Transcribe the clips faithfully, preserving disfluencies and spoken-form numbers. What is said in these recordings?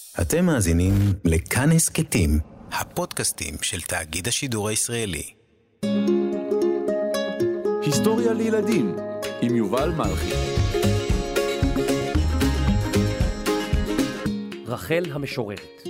אתם מאזינים לכאן הסכתים, הפודקאסטים של תאגיד השידור הישראלי. היסטוריה לילדים עם יובל מלכי. רחל המשוררת.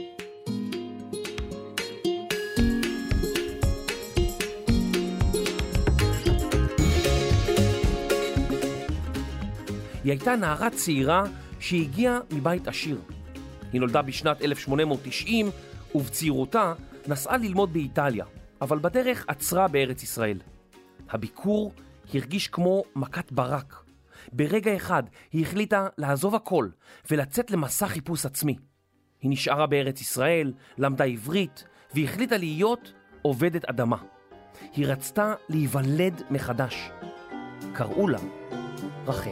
היא הייתה נערה צעירה שהגיעה מבית עשיר. היא נולדה בשנת אלף שמונה מאות תשעים, ובצעירותה נסעה ללמוד באיטליה, אבל בדרך עצרה בארץ ישראל. הביקור הרגיש כמו מכת ברק. ברגע אחד היא החליטה לעזוב הכל ולצאת למסע חיפוש עצמי. היא נשארה בארץ ישראל, למדה עברית, והחליטה להיות עובדת אדמה. היא רצתה להיוולד מחדש. קראו לה רחל.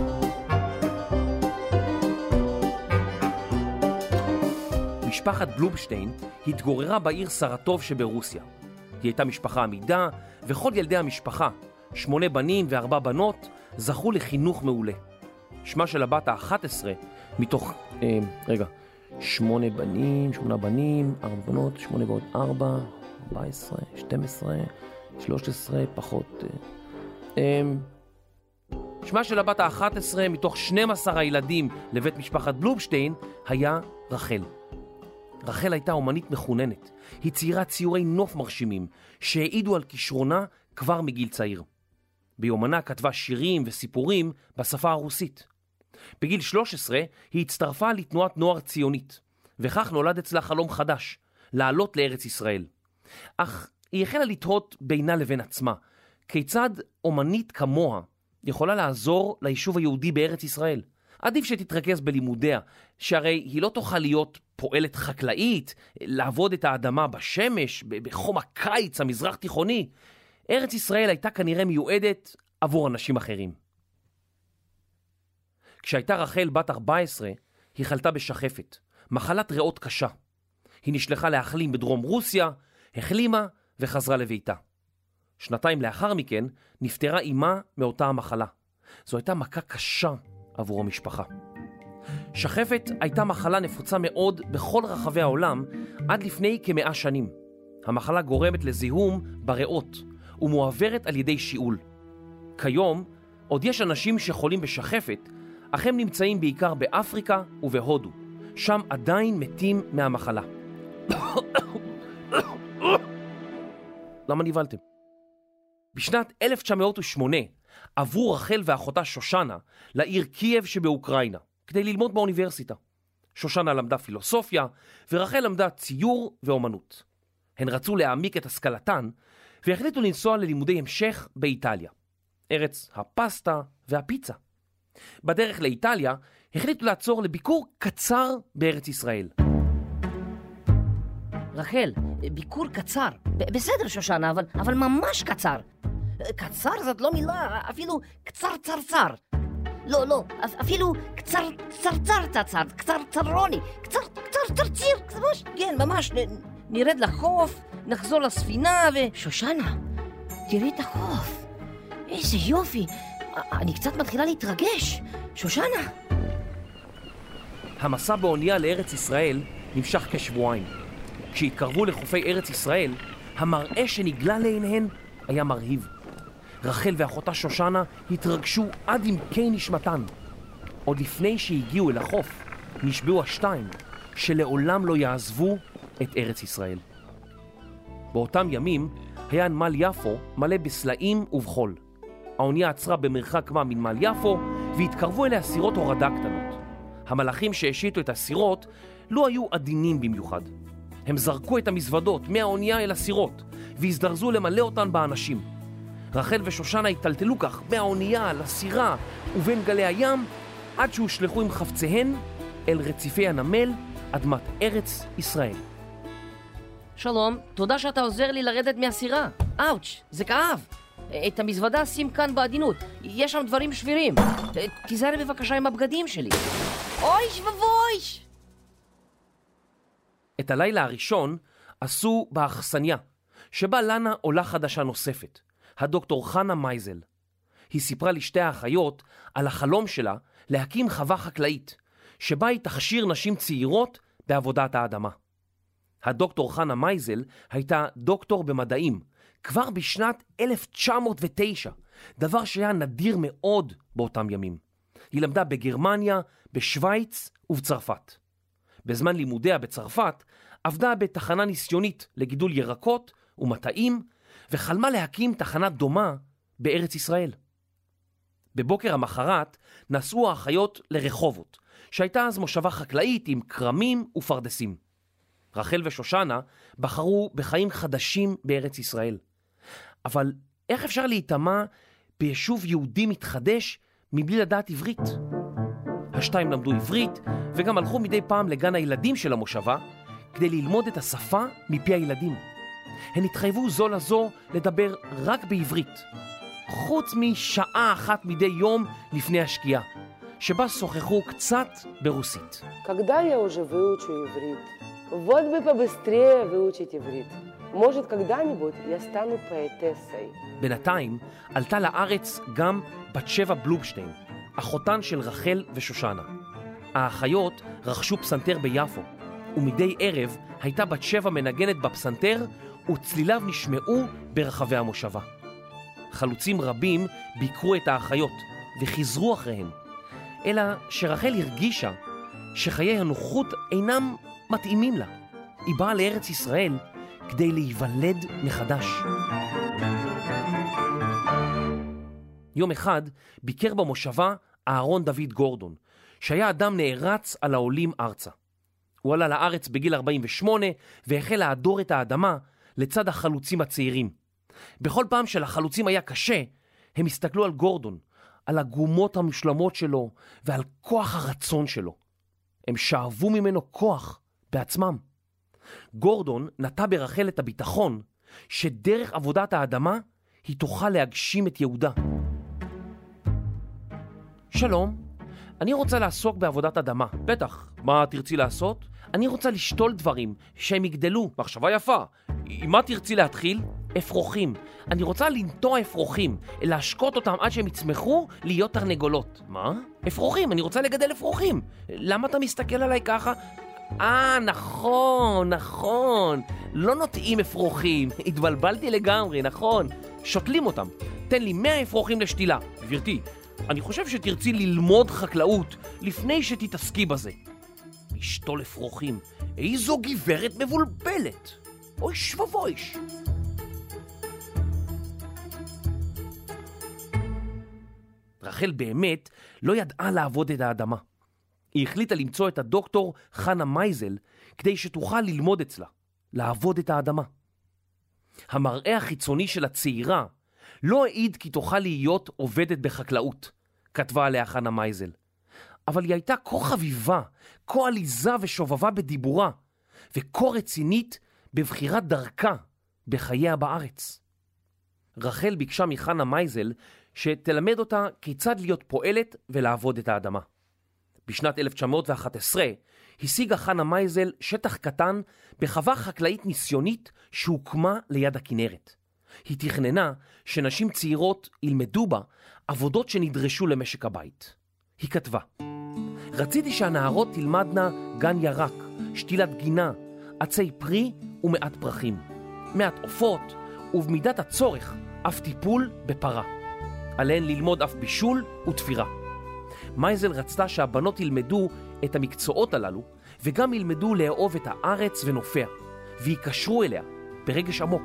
משפחת בלובשטיין התגוררה בעיר סרטוב שברוסיה. היא הייתה משפחה עמידה, וכל ילדי המשפחה, שמונה בנים וארבע בנות, זכו לחינוך מעולה. שמה של הבת ה-אחת עשרה, מתוך, אה, רגע, שמונה בנים, שמונה בנים, ארבע בנות, שמונה ועוד ארבע, ארבע עשרה, שתים עשרה, שלוש עשרה, פחות... אה, אה, שמה של הבת ה-אחת עשרה, מתוך שנים עשר הילדים לבית משפחת בלובשטיין, היה רחל. רחל הייתה אומנית מחוננת. היא ציירה ציורי נוף מרשימים, שהעידו על כישרונה כבר מגיל צעיר. ביומנה כתבה שירים וסיפורים בשפה הרוסית. בגיל שלוש עשרה היא הצטרפה לתנועת נוער ציונית, וכך נולד אצלה חלום חדש, לעלות לארץ ישראל. אך היא החלה לתהות בינה לבין עצמה, כיצד אומנית כמוה יכולה לעזור ליישוב היהודי בארץ ישראל. עדיף שתתרכז בלימודיה, שהרי היא לא תוכל להיות פועלת חקלאית, לעבוד את האדמה בשמש, בחום הקיץ המזרח תיכוני. ארץ ישראל הייתה כנראה מיועדת עבור אנשים אחרים. כשהייתה רחל בת ארבע עשרה, היא חלתה בשחפת, מחלת ריאות קשה. היא נשלחה להחלים בדרום רוסיה, החלימה וחזרה לביתה. שנתיים לאחר מכן נפטרה אימה מאותה המחלה. זו הייתה מכה קשה עבור המשפחה. שחפת הייתה מחלה נפוצה מאוד בכל רחבי העולם עד לפני כמאה שנים. המחלה גורמת לזיהום בריאות ומועברת על ידי שיעול. כיום עוד יש אנשים שחולים בשחפת, אך הם נמצאים בעיקר באפריקה ובהודו. שם עדיין מתים מהמחלה. למה נבלתם? בשנת אלף תשע מאות ושמונה עברו רחל ואחותה שושנה לעיר קייב שבאוקראינה, כדי ללמוד באוניברסיטה. שושנה למדה פילוסופיה, ורחל למדה ציור ואומנות. הן רצו להעמיק את השכלתן, והחליטו לנסוע ללימודי המשך באיטליה, ארץ הפסטה והפיצה. בדרך לאיטליה החליטו לעצור לביקור קצר בארץ ישראל. רחל, ביקור קצר. ב- בסדר שושנה, אבל, אבל ממש קצר. קצר זאת לא מילה, אפילו קצר צרצר. לא, לא, אפילו קצר צרצר צרצר, קצר צרוני, קצר קצר צרציר, ממש, כן, ממש, נ, נרד לחוף, נחזור לספינה ו... שושנה, תראי את החוף. איזה יופי, אני קצת מתחילה להתרגש. שושנה. המסע באונייה לארץ ישראל נמשך כשבועיים. כשהתקרבו לחופי ארץ ישראל, המראה שנגלה לעיניהן היה מרהיב. רחל ואחותה שושנה התרגשו עד עמקי נשמתן. עוד לפני שהגיעו אל החוף, נשבעו השתיים שלעולם לא יעזבו את ארץ ישראל. באותם ימים היה נמל יפו מלא בסלעים ובחול. האונייה עצרה במרחק מה מנמל יפו, והתקרבו אליה סירות הורדה קטנות. המלאכים שהשיתו את הסירות לא היו עדינים במיוחד. הם זרקו את המזוודות מהאונייה אל הסירות, והזדרזו למלא אותן באנשים. רחל ושושנה התטלטלו כך מהאונייה לסירה ובין גלי הים, עד שהושלחו עם חפציהן אל רציפי הנמל, אדמת ארץ ישראל. שלום, תודה שאתה עוזר לי לרדת מהסירה. אאוץ', זה כאב. את המזוודה שים כאן בעדינות, יש שם דברים שבירים. תיזהר בבקשה עם הבגדים שלי. אויש ובויש! את הלילה הראשון עשו באכסניה, שבה לנה עולה חדשה נוספת, הדוקטור חנה מייזל. היא סיפרה לשתי האחיות על החלום שלה להקים חווה חקלאית, שבה היא תכשיר נשים צעירות בעבודת האדמה. הדוקטור חנה מייזל הייתה דוקטור במדעים כבר בשנת אלף תשע מאות ותשע, דבר שהיה נדיר מאוד באותם ימים. היא למדה בגרמניה, בשוויץ ובצרפת. בזמן לימודיה בצרפת עבדה בתחנה ניסיונית לגידול ירקות ומטעים, וחלמה להקים תחנה דומה בארץ ישראל. בבוקר המחרת נסעו האחיות לרחובות, שהייתה אז מושבה חקלאית עם קרמים ופרדסים. רחל ושושנה בחרו בחיים חדשים בארץ ישראל. אבל איך אפשר להיטמע ביישוב יהודי מתחדש מבלי לדעת עברית? השתיים למדו עברית וגם הלכו מדי פעם לגן הילדים של המושבה כדי ללמוד את השפה מפי הילדים. הן התחייבו זו לזו לדבר רק בעברית, חוץ משעה אחת מדי יום לפני השקיעה, שבה שוחחו קצת ברוסית. Когда я уже выучу иврит? Вот бы побыстрее выучить иврит. Может, когда-нибудь я стану поэтессой. בינתיים עלתה לארץ גם בת שבע בלובשטיין, אחותן של רחל ושושנה. האחיות רכשו פסנתר ביפו, ומדי ערב הייתה בת שבע מנגנת בפסנתר, וצליליו נשמעו ברחבי המושבה. חלוצים רבים ביקרו את האחיות וחיזרו אחריהן, אלא שרחל הרגישה שחיי הנוחות אינם מתאימים לה. היא באה לארץ ישראל כדי להיוולד מחדש. יום אחד ביקר במושבה אהרון דוד גורדון, שהיה אדם נערץ על העולים ארצה. הוא עלה לארץ בגיל ארבעים ושמונה והחל להדור את האדמה לצד החלוצים הצעירים. בכל פעם שלחלוצים היה קשה, הם הסתכלו על גורדון, על הגומות המושלמות שלו ועל כוח הרצון שלו. הם שאבו ממנו כוח בעצמם. גורדון נטע ברחל את הביטחון שדרך עבודת האדמה היא תוכל להגשים את יהודה. שלום, אני רוצה לעסוק בעבודת אדמה. בטח, מה תרצי לעשות? אני רוצה לשתול דברים שהם יגדלו. מחשבה יפה. עם מה תרצי להתחיל? אפרוחים. אני רוצה לנטוע אפרוחים, להשקות אותם עד שהם יצמחו להיות תרנגולות. מה? אפרוחים, אני רוצה לגדל אפרוחים. למה אתה מסתכל עליי ככה? אה, נכון, נכון. לא נוטעים אפרוחים. התבלבלתי לגמרי, נכון. שותלים אותם. תן לי מאה אפרוחים לשתילה. גברתי, אני חושב שתרצי ללמוד חקלאות לפני שתתעסקי בזה. לשתול אפרוחים. איזו גברת מבולבלת. אוי שבבויש. רחל באמת לא ידעה לעבוד את האדמה. היא החליטה למצוא את הדוקטור חנה מייזל כדי שתוכל ללמוד אצלה, לעבוד את האדמה. המראה החיצוני של הצעירה לא העיד כי תוכל להיות עובדת בחקלאות, כתבה עליה חנה מייזל. אבל היא הייתה כה חביבה, כה עליזה ושובבה בדיבורה, וכה רצינית בבחירת דרכה בחייה בארץ. רחל ביקשה מחנה מייזל שתלמד אותה כיצד להיות פועלת ולעבוד את האדמה. בשנת אלף תשע מאות ואחת עשרה השיגה חנה מייזל שטח קטן בחווה חקלאית ניסיונית שהוקמה ליד הכנרת. היא תכננה שנשים צעירות ילמדו בה עבודות שנדרשו למשק הבית. היא כתבה: רציתי שהנערות תלמדנה גן ירק, שתילת גינה, עצי פרי ומעט פרחים, מעט עופות ובמידת הצורך אף טיפול בפרה. עליהן ללמוד אף בישול ותפירה. מייזל רצתה שהבנות ילמדו את המקצועות הללו וגם ילמדו לאהוב את הארץ ונופיה, ויקשרו אליה ברגש עמוק.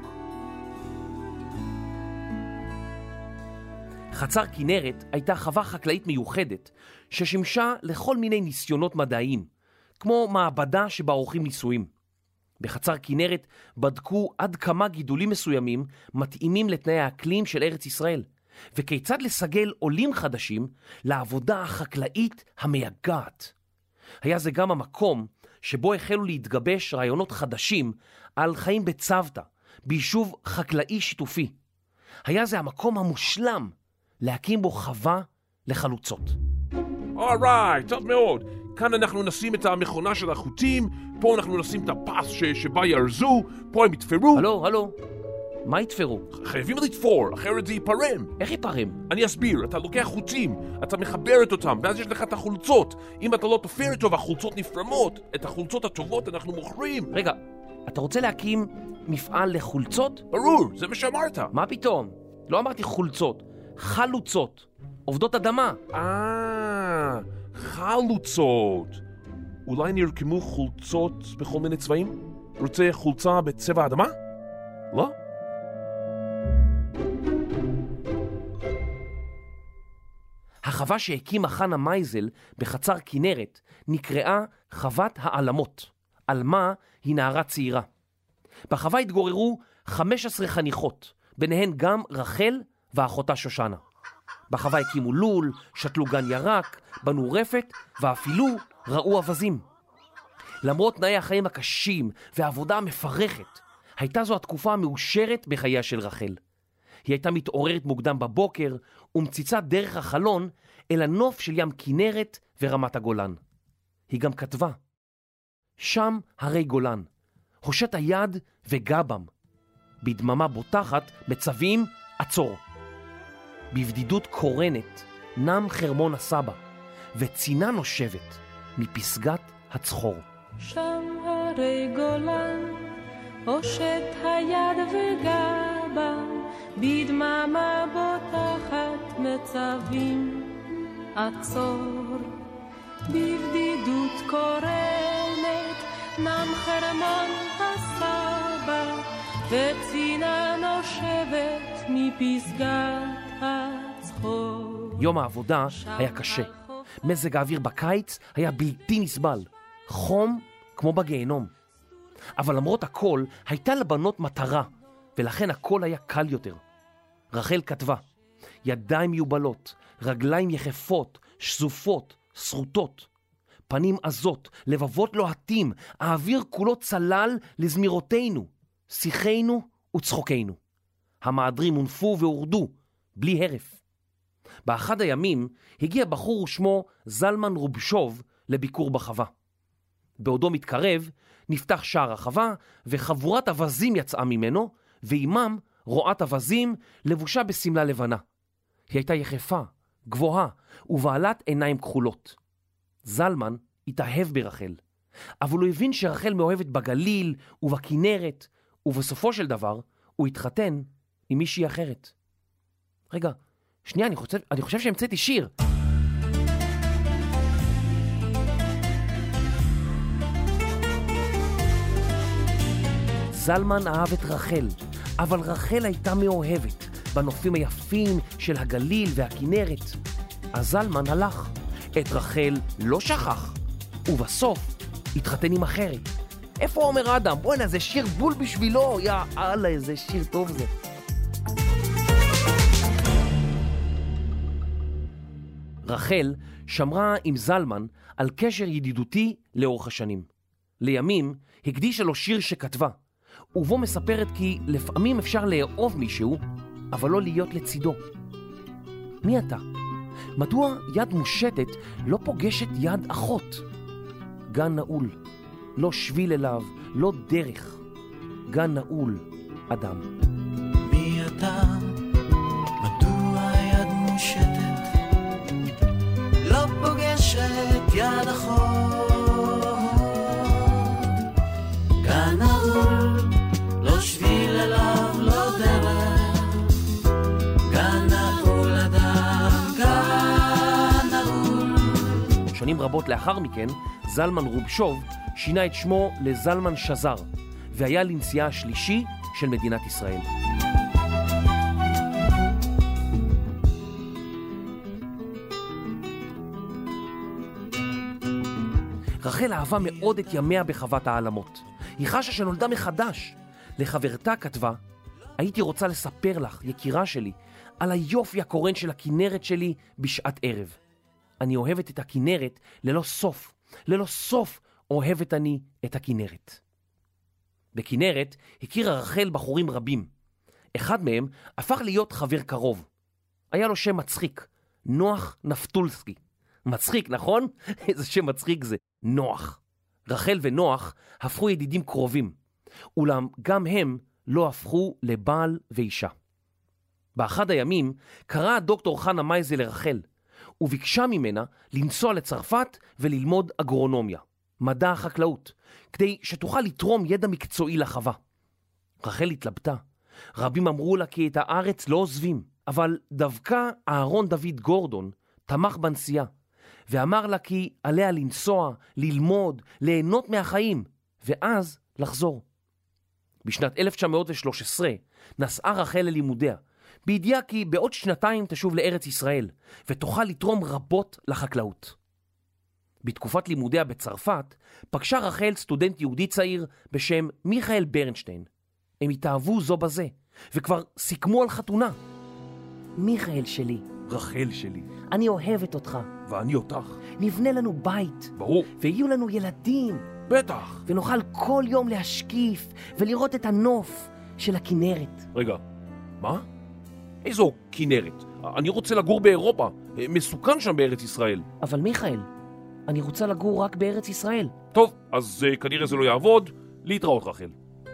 חצר כנרת הייתה חווה חקלאית מיוחדת ששימשה לכל מיני ניסיונות מדעיים, כמו מעבדה שבה עורכים ניסויים. בחצר כנרת בדקו עד כמה גידולים מסוימים מתאימים לתנאי האקלים של ארץ ישראל, וכיצד לסגל עולים חדשים לעבודה החקלאית המייגעת. היה זה גם המקום שבו החלו להתגבש רעיונות חדשים על חיים בצוותא, ביישוב חקלאי שיתופי. היה זה המקום המושלם להקים בו חווה לחלוצות. אורייט, טוב מאוד. כאן אנחנו נשים את המכונה של החוטים, פה אנחנו נשים את הפס ש... שבה ירזו, פה הם יתפרו. הלו, הלו. מה יתפרו? חייבים לתפור, אחרת זה ייפרם. איך ייפרם? אני אסביר, אתה לוקח חוטים, אתה מחבר את אותם, ואז יש לך את החולצות. אם אתה לא תופר טוב, החולצות נפרמות. את החולצות הטובות אנחנו מוכרים. רגע, אתה רוצה להקים מפעל לחולצות? ברור, זה מה שאמרת. מה פתאום? לא אמרתי חולצות, חלוצות, עובדות אדמה. אה, חלוצות. אולי נרקמו חולצות בכל מיני צבעים? רוצה חולצה בצבע אדמה? לא? החווה שהקימה חנה מייזל בחצר כנרת נקראה חוות העלמות. עלמה היא נערה צעירה. בחווה התגוררו חמש עשרה חניכות, ביניהן גם רחל ואחותה שושנה. בחווה הקימו לול, שתלו גן ירק, בנו רפת ואפילו ראו אבזים. למרות תנאי החיים הקשים והעבודה המפרכת, הייתה זו התקופה המאושרת בחייה של רחל. היא הייתה מתעוררת מוקדם בבוקר ומציצה דרך החלון אל הנוף של ים כנרת ורמת הגולן. היא גם כתבה, שם הרי גולן, הושט היד וגע בם. בדממה בוטחת מצווים עצור. בבדידות קורנת נם חרמון הסבא, וצינה נושבת מפסגת הצחור. שם הרי גולן, הושט היד וגע בם, בדממה בוטחת מצווים עצור. בבדידות קורנת נם חרמון הסבא, וצינה נושבת מפסגת הצחור. יום העבודה היה קשה. מזג האוויר בקיץ היה בלתי נסבל. חום כמו בגיהנום. אבל למרות הכל הייתה לבנות מטרה, ולכן הכל היה קל יותר. רחל כתבה, ידיים מיובלות, רגליים יחפות, שזופות, שרוטות, פנים עזות, לבבות לוהטים, האוויר כולו צלל לזמירותינו, שיחנו וצחוקנו. המעדרים הונפו והורדו, בלי הרף. באחד הימים הגיע בחור ושמו זלמן רובשוב לביקור בחווה. בעודו מתקרב, נפתח שער החווה, וחבורת אבזים יצאה ממנו, ועימם רועת אבזים לבושה בסמלה לבנה. היא הייתה יחפה, גבוהה, ובעלת עיניים כחולות. זלמן התאהב ברחל, אבל הוא הבין שרחל מאוהבת בגליל ובכנרת, ובסופו של דבר הוא התחתן עם מישהי אחרת. רגע, שנייה, אני חושב, אני חושב שהמצאתי שיר. זלמן אהב את רחל, אבל רחל הייתה מאוהבת בנופים היפים של הגליל והכנרת. אז זלמן הלך, את רחל לא שכח, ובסוף התחתן עם אחרת. איפה עומר אדם? בוא'נה, זה שיר בול בשבילו, יא אללה, איזה שיר טוב זה. רחל שמרה עם זלמן על קשר ידידותי לאורך השנים. לימים הקדישה לו שיר שכתבה, ובו מספרת כי לפעמים אפשר לאהוב מישהו, אבל לא להיות לצידו. מי אתה? מדוע יד מושטת לא פוגשת יד אחות? גן נעול, לא שביל אליו, לא דרך. גן נעול, אדם. מי אתה? מדוע יד מושטת לא פוגשת יד אחות? גן נעול, לא שביל אליו, לא דרך. גן נעול, אדם, גן נעול. שנים רבות לאחר מכן, זלמן רובשוב שינה את שמו לזלמן שזר, והיה לנשיאה השלישי של מדינת ישראל. רחל אהבה מאוד את ימיה בחוות העלמות. היא חשה שנולדה מחדש. לחברתה כתבה, הייתי רוצה לספר לך, יקירה שלי, על היופי הקורן של הכנרת שלי בשעת ערב. אני אוהבת את הכנרת ללא סוף. ללא סוף אוהבת אני את הכנרת. בכנרת הכירה רחל בחורים רבים. אחד מהם הפך להיות חבר קרוב. היה לו שם מצחיק, נוח נפטולסקי. מצחיק, נכון? איזה שם מצחיק זה, נוח. רחל ונוח הפכו ידידים קרובים, אולם גם הם לא הפכו לבעל ואישה. באחד הימים קרא דוקטור חנה מייזל לרחל, וביקשה ממנה לנסוע לצרפת וללמוד אגרונומיה, מדע החקלאות, כדי שתוכל לתרום ידע מקצועי לחווה. רחל התלבטה. רבים אמרו לה כי את הארץ לא עוזבים, אבל דווקא אהרון דוד גורדון תמך בנסיעה, ואמר לה כי עליה לנסוע, ללמוד, ליהנות מהחיים, ואז לחזור. בשנת אלף תשע מאות ושלוש עשרה נסעה רחל ללימודיה, בידיעה כי בעוד שנתיים תשוב לארץ ישראל, ותוכל לתרום רבות לחקלאות. בתקופת לימודיה בצרפת, פגשה רחל סטודנט יהודי צעיר בשם מיכאל ברנשטיין. הם התאהבו זו בזה, וכבר סיכמו על חתונה. מיכאל שלי, רחל שלי. אני אוהבת אותך. ואני אותך. נבנה לנו בית. ברור. ויהיו לנו ילדים. בטח. ונוכל כל יום להשקיף ולראות את הנוף של הכנרת. רגע, מה? איזו כנרת? אני רוצה לגור באירופה. מסוכן שם בארץ ישראל. אבל מיכאל, אני רוצה לגור רק בארץ ישראל. טוב, אז uh, כנראה זה לא יעבוד. להתראות, רחל.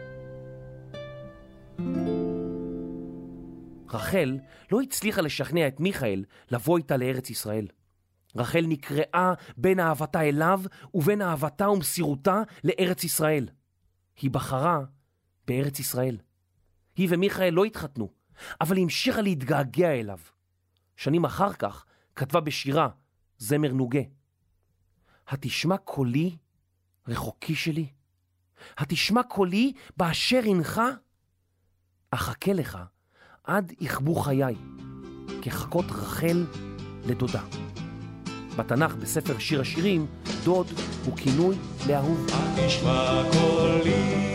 רחל לא הצליחה לשכנע את מיכאל לבוא איתה לארץ ישראל. רחל נקראה בין אהבתה אליו ובין אהבתה ומסירותה לארץ ישראל. היא בחרה בארץ ישראל. היא ומיכאל לא התחתנו, אבל היא המשיכה להתגעגע אליו. שנים אחר כך כתבה בשירה זמר נוגה. התשמע קולי רחוקי שלי, התשמע קולי באשר אינך, אחכה לך עד יכבו חיי, כחכות רחל לדודה. בתנ"ך בספר שיר השירים, דוד הוא כינוי לאהוב. התשמע קולי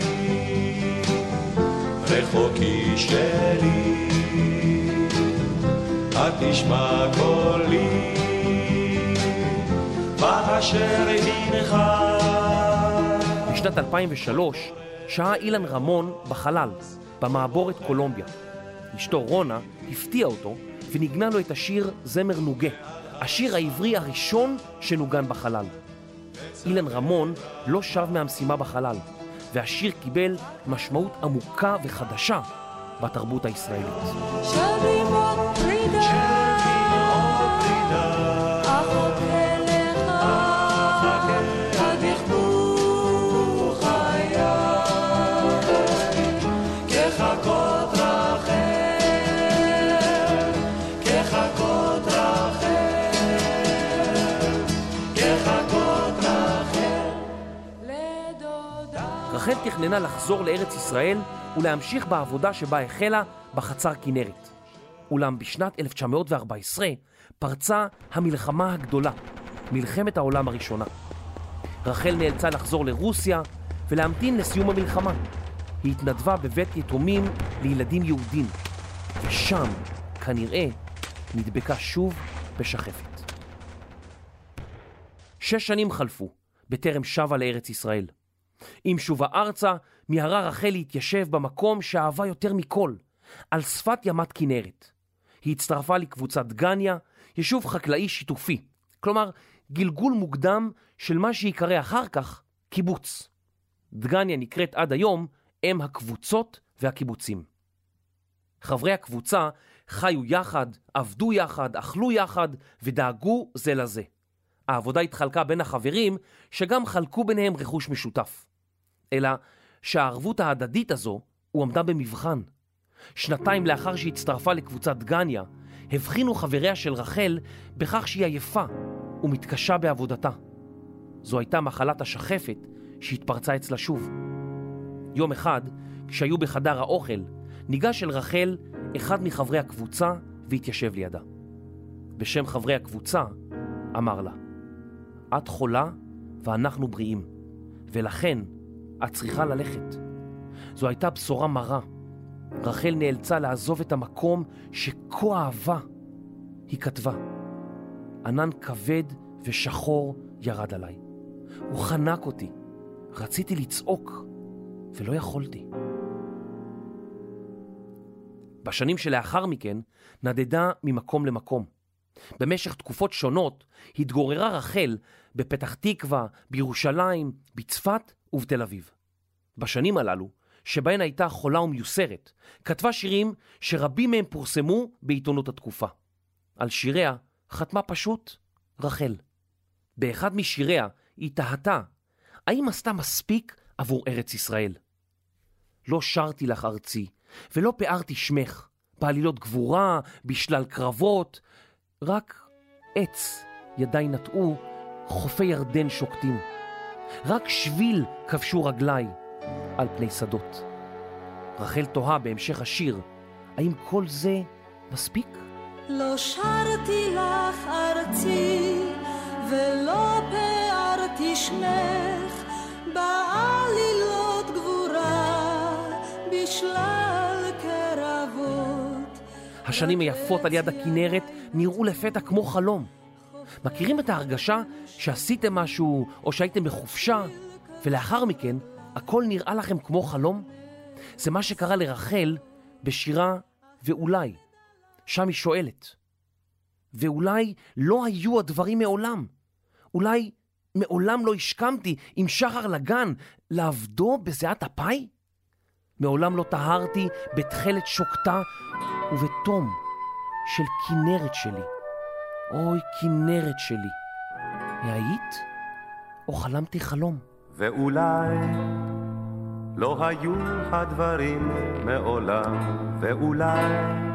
רחוקי שלי, התשמע קולי באשר אינך. בשנת אלפיים ושלוש שהה אילן רמון בחלל, במעבורת קולומביה. אשתו רונה הפתיעה אותו ונגנה לו את השיר זמר נוגה, השיר העברי הראשון שנוגן בחלל. אילן רמון לא שב מהמשימה בחלל, והשיר קיבל משמעות עמוקה וחדשה בתרבות הישראלית. שבימות פרידה, אחכה לך עד יכבו חיי, כחכות רחל, כחכות רחל, כחכות רחל לדודה. רחל תכננה לחזור לארץ ישראל ולהמשיך בעבודה שבה החלה בחצר כנרת. אולם בשנת אלף תשע מאות וארבע עשרה פרצה המלחמה הגדולה, מלחמת העולם הראשונה. רחל נאלצה לחזור לרוסיה ולהמתין לסיום המלחמה. היא התנדבה בבית יתומים לילדים יהודים, ושם כנראה נדבקה שוב בשחפת. שש שנים חלפו בטרם שבה לארץ ישראל. עם שובה ארצה מיהרה רחל להתיישב במקום שאהבה יותר מכל, על שפת ימת כנרת. היא הצטרפה לקבוצת דגניה, יישוב חקלאי שיתופי, כלומר גלגול מוקדם של מה שיקרא אחר כך קיבוץ. דגניה נקראת עד היום אם הקבוצות והקיבוצים. חברי הקבוצה חיו יחד, עבדו יחד, אכלו יחד ודאגו זה לזה. העבודה התחלקה בין החברים שגם חלקו ביניהם רכוש משותף. אלא שהערבות ההדדית הזו הוא עמדה במבחן. שנתיים לאחר שהצטרפה לקבוצת דגניה, הבחינו חבריה של רחל בכך שהיא עייפה ומתקשה בעבודתה. זו הייתה מחלת השחפת שהתפרצה אצלה שוב. יום אחד, כשהיו בחדר האוכל, ניגש אל רחל אחד מחברי הקבוצה והתיישב לידה. בשם חברי הקבוצה אמר לה, את חולה ואנחנו בריאים, ולכן את צריכה ללכת. זו הייתה בשורה מרה. רחל נאלצה לעזוב את המקום שכה אהבה. היא כתבה, ענן כבד ושחור ירד עליי. הוא חנק אותי. רציתי לצעוק ולא יכולתי. בשנים שלאחר מכן נדדה ממקום למקום. במשך תקופות שונות התגוררה רחל בפתח תקווה, בירושלים, בצפת ובתל אביב. בשנים הללו שבהן הייתה חולה ומיוסרת, כתבה שירים שרבים מהם פורסמו בעיתונות התקופה. על שיריה חתמה פשוט רחל. באחד משיריה היא תהתה, האם עשתה מספיק עבור ארץ ישראל? לא שרתי לך ארצי, ולא פארתי שמך, בעלילות גבורה, בשלל קרבות, רק עץ ידיי נטעו, חופי ירדן שוקטים. רק שביל כבשו רגליי על פני שדות. רחל תוהה בהמשך השיר, האם כל זה מספיק? לא שרתי לך ארצי ולא פארתי שמך בעלילות גבורה בשלל קרבות. השנים היפות על יד הכנרת נראו לפתע כמו חלום. מכירים את ההרגשה שעשיתם משהו או שהייתם בחופשה ולאחר מכן הכל נראה לכם כמו חלום? זה מה שקרה לרחל בשירה ואולי. שם היא שואלת, ואולי לא היו הדברים מעולם. אולי מעולם לא השכמתי עם שחר לגן לעבדו בזיעת אפי? מעולם לא טהרתי בתחלת שוקתה ובתום של כנרת שלי. אוי כנרת שלי, היית או חלמתי חלום? ואולי לא היו הדברים מעולם, ואולי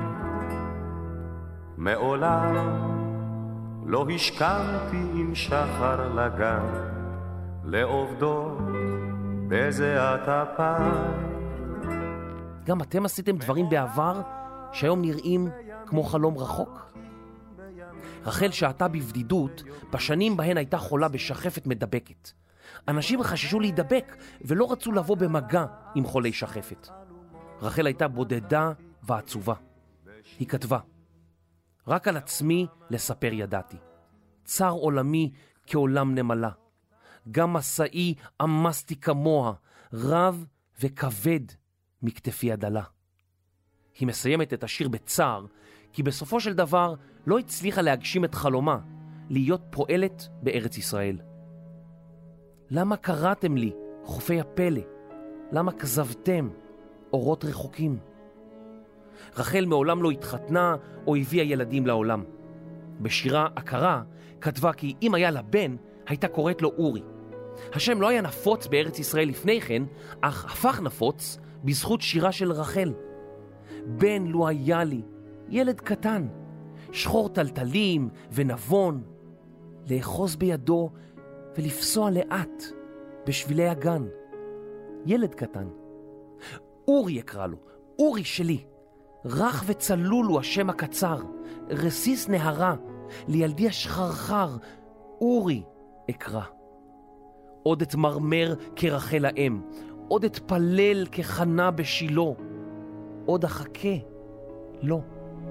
מעולם לא השכמתי עם שחר לגן לעובדו בזיעת אפי. גם אתם עשיתם דברים בעבר שהיום נראים כמו חלום רחוק? רחל שעתה בבדידות בשנים בהן הייתה חולה בשחפת מדבקת. אנשים חששו להידבק ולא רצו לבוא במגע עם חולי שחפת. רחל הייתה בודדה ועצובה. היא כתבה, רק על עצמי לספר ידעתי. צר עולמי כעולם נמלה. גם מסעי עמסתי כמוה, רב וכבד מכתפי הדלה. היא מסיימת את השיר בצער, כי בסופו של דבר לא הצליחה להגשים את חלומה, להיות פועלת בארץ ישראל. למה קראתם לי חופי הפלא? למה כזבתם אורות רחוקים? רחל מעולם לא התחתנה או הביאה ילדים לעולם. בשירה הכרה כתבה כי אם היה לה בן, הייתה קוראת לו אורי. השם לא היה נפוץ בארץ ישראל לפני כן, אך הפך נפוץ בזכות שירה של רחל. בן לו היה לי, ילד קטן, שחור טלטלים ונבון, לאחוז בידו ולפסוע לאט בשבילי הגן. ילד קטן. אורי יקרא לו, אורי שלי. רך וצלול הוא השם הקצר, רסיס נהרה, לילדי השחרחר, אורי אקרא. עוד את מרמר כרחל האם, עוד את פלל כחנה בשילו, עוד אחכה, לא.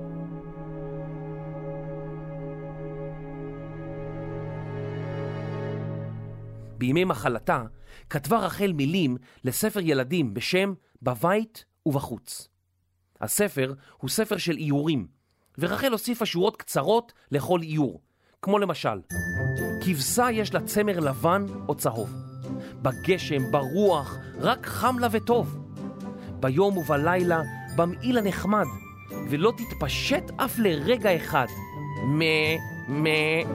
בימי מחלתה כתבה רחל מילים לספר ילדים בשם בבית ובחוץ. הספר הוא ספר של איורים, ורחל הוסיפה שורות קצרות לכל איור, כמו למשל, כבשה יש לה צמר לבן או צהוב, בגשם, ברוח, רק חם לה וטוב, ביום ובלילה במעיל הנחמד, ולא תתפשט אף לרגע אחד. מה, מה.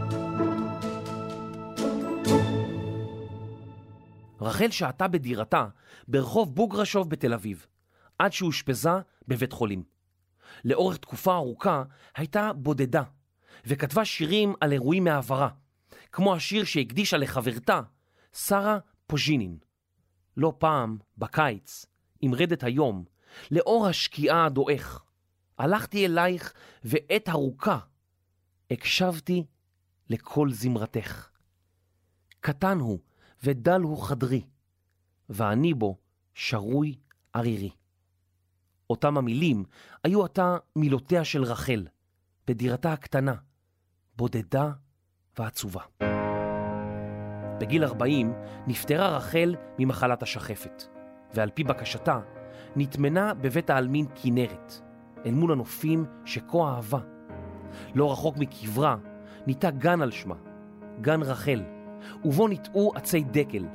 רחל שעתה בדירתה ברחוב בוגרשוב בתל אביב, עד שהושפזה בבית חולים. לאורך תקופה ארוכה הייתה בודדה, וכתבה שירים על אירועים מעברה, כמו השיר שהקדישה לחברתה, שרה פוז'ינין. לא פעם, בקיץ, עם רדת היום, לאור השקיעה הדועך, הלכתי אלייך ועת ארוכה, הקשבתי לכל זמרתך. קטן הוא ודל הוא חדרי, ואני בו שרוי ערירי. אותם המילים היו אותה מילותיה של רחל, בדירתה הקטנה, בודדה ועצובה. בגיל ארבעים נפטרה רחל ממחלת השחפת, ועל פי בקשתה נתמנה בבית העלמין כנרת, אל מול הנופים שכה אהבה. לא רחוק מקברה ניטה גן על שמה, גן רחל, ובו ניטעו עצי דקל,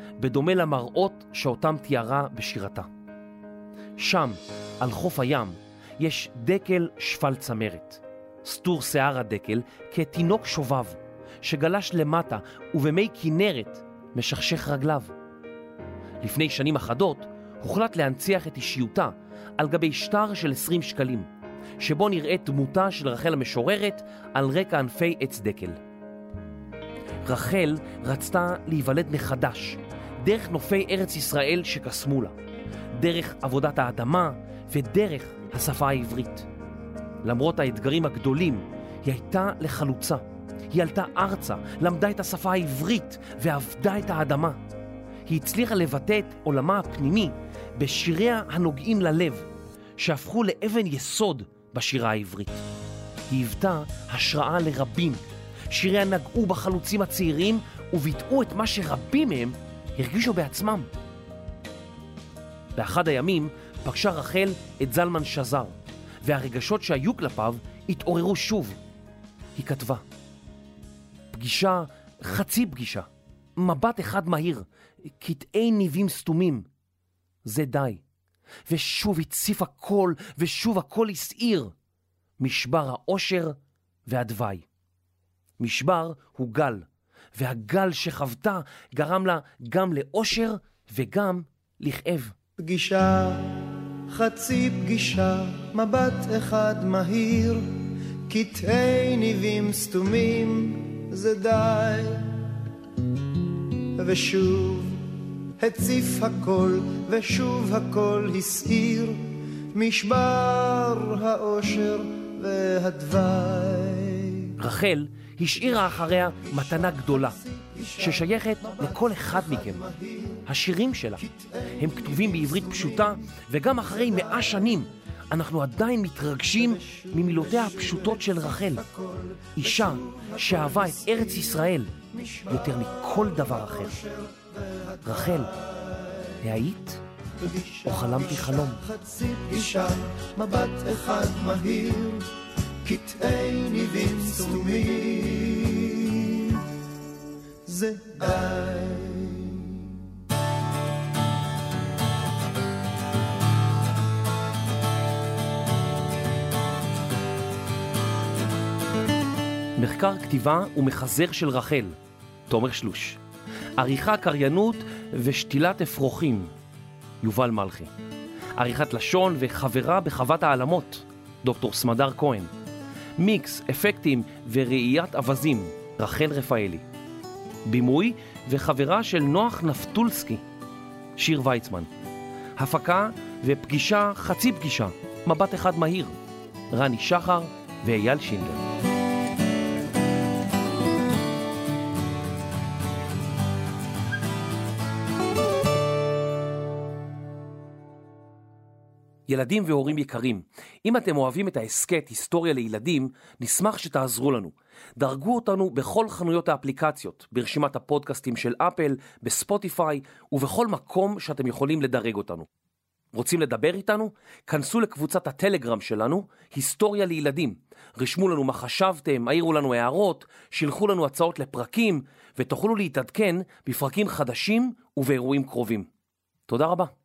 בדומה למראות שאותם תיארה בשירתה. שם, על חוף הים, יש דקל שפל צמרת. סתור שיער הדקל כתינוק שובב, שגלש למטה ובמי כנרת משכשך רגליו. לפני שנים אחדות הוחלט להנציח את אישיותה על גבי שטר של עשרים שקלים, שבו נראית דמותה של רחל המשוררת על רקע ענפי עץ דקל. רחל רצתה להיוולד מחדש, דרך נופי ארץ ישראל שקסמו לה, דרך עבודת האדמה ודרך השפה העברית. למרות האתגרים הגדולים, היא הייתה לחלוצה. היא עלתה ארצה, למדה את השפה העברית ועבדה את האדמה. היא הצליחה לבטא את עולמה הפנימי בשיריה הנוגעים ללב, שהפכו לאבן יסוד בשירה העברית. היא היוותה השראה לרבים. שיריה נגעו בחלוצים הצעירים וביטאו את מה שרבים מהם הרגישו בעצמם. באחד הימים פגשה רחל את זלמן שזר, והרגשות שהיו כלפיו התעוררו שוב. היא כתבה: פגישה, חצי פגישה, מבט אחד מהיר, קטעי ניבים סתומים. זה די. ושוב הציף הכל, ושוב הכל הסעיר. משבר האושר והדווי. משבר הוא גל, והגל שחוותה גרם לה גם לאושר וגם לכאב. פגישה, חצי פגישה, מבט אחד מהיר, קטעי ניבים סתומים, זה די. ושוב הציף הכל, ושוב הכל הסעיר, משבר האושר והדווי. רחל השאירה אחריה מתנה גדולה, ששייכת לכל אחד מכם. השירים שלה הם כתובים בעברית פשוטה, וגם אחרי מאה שנים אנחנו עדיין מתרגשים ממילותיה הפשוטות של רחל. אישה שאהבה את ארץ ישראל יותר מכל דבר אחר. רחל, היית או חלמתי חלום? חצי פגישה, מבט אחד מהיר, קטעי ניבים סתומים, זה די. מחקר כתיבה ומחזר של רחל, תומר שלוש. עריכה, קריינות ושתילת אפרוחים, יובל מלכי. עריכת לשון וחברה בחוות העלמות, דוקטור סמדר כהן. מיקס, אפקטים וראיית אבזים, רחל רפאלי. בימוי וחברה של נוח נפטולסקי, שיר ויצמן. הפקה ופגישה, חצי פגישה, מבט אחד מהיר, רני שחר ואייל שינדלר. ילדים והורים יקרים, אם אתם אוהבים את העסקת היסטוריה לילדים, נשמח שתעזרו לנו. דרגו אותנו בכל חנויות האפליקציות, ברשימת הפודקאסטים של אפל, בספוטיפיי ובכל מקום שאתם יכולים לדרג אותנו. רוצים לדבר איתנו? כנסו לקבוצת הטלגרם שלנו, היסטוריה לילדים. רשמו לנו מה חשבתם, העירו לנו הערות, שילחו לנו הצעות לפרקים, ותוכלו להתעדכן בפרקים חדשים ובאירועים קרובים. תודה רבה.